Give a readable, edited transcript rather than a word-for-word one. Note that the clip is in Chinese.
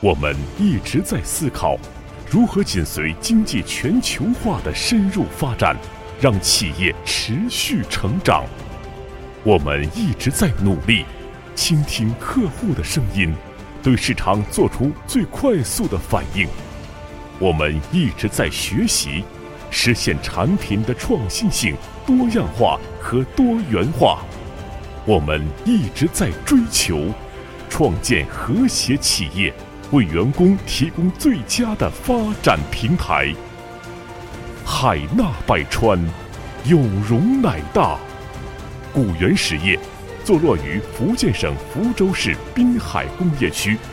我们一直在思考，如何紧随经济全球化的深入发展，让企业持续成长。我们一直在努力，倾听客户的声音，对市场做出最快速的反应。我们一直在学习，实现产品的创新性、多样化和多元化。我们一直在追求，创建和谐企业，为员工提供最佳的发展平台。海纳百川，有容乃大。古源实业坐落于福建省福州市滨海工业区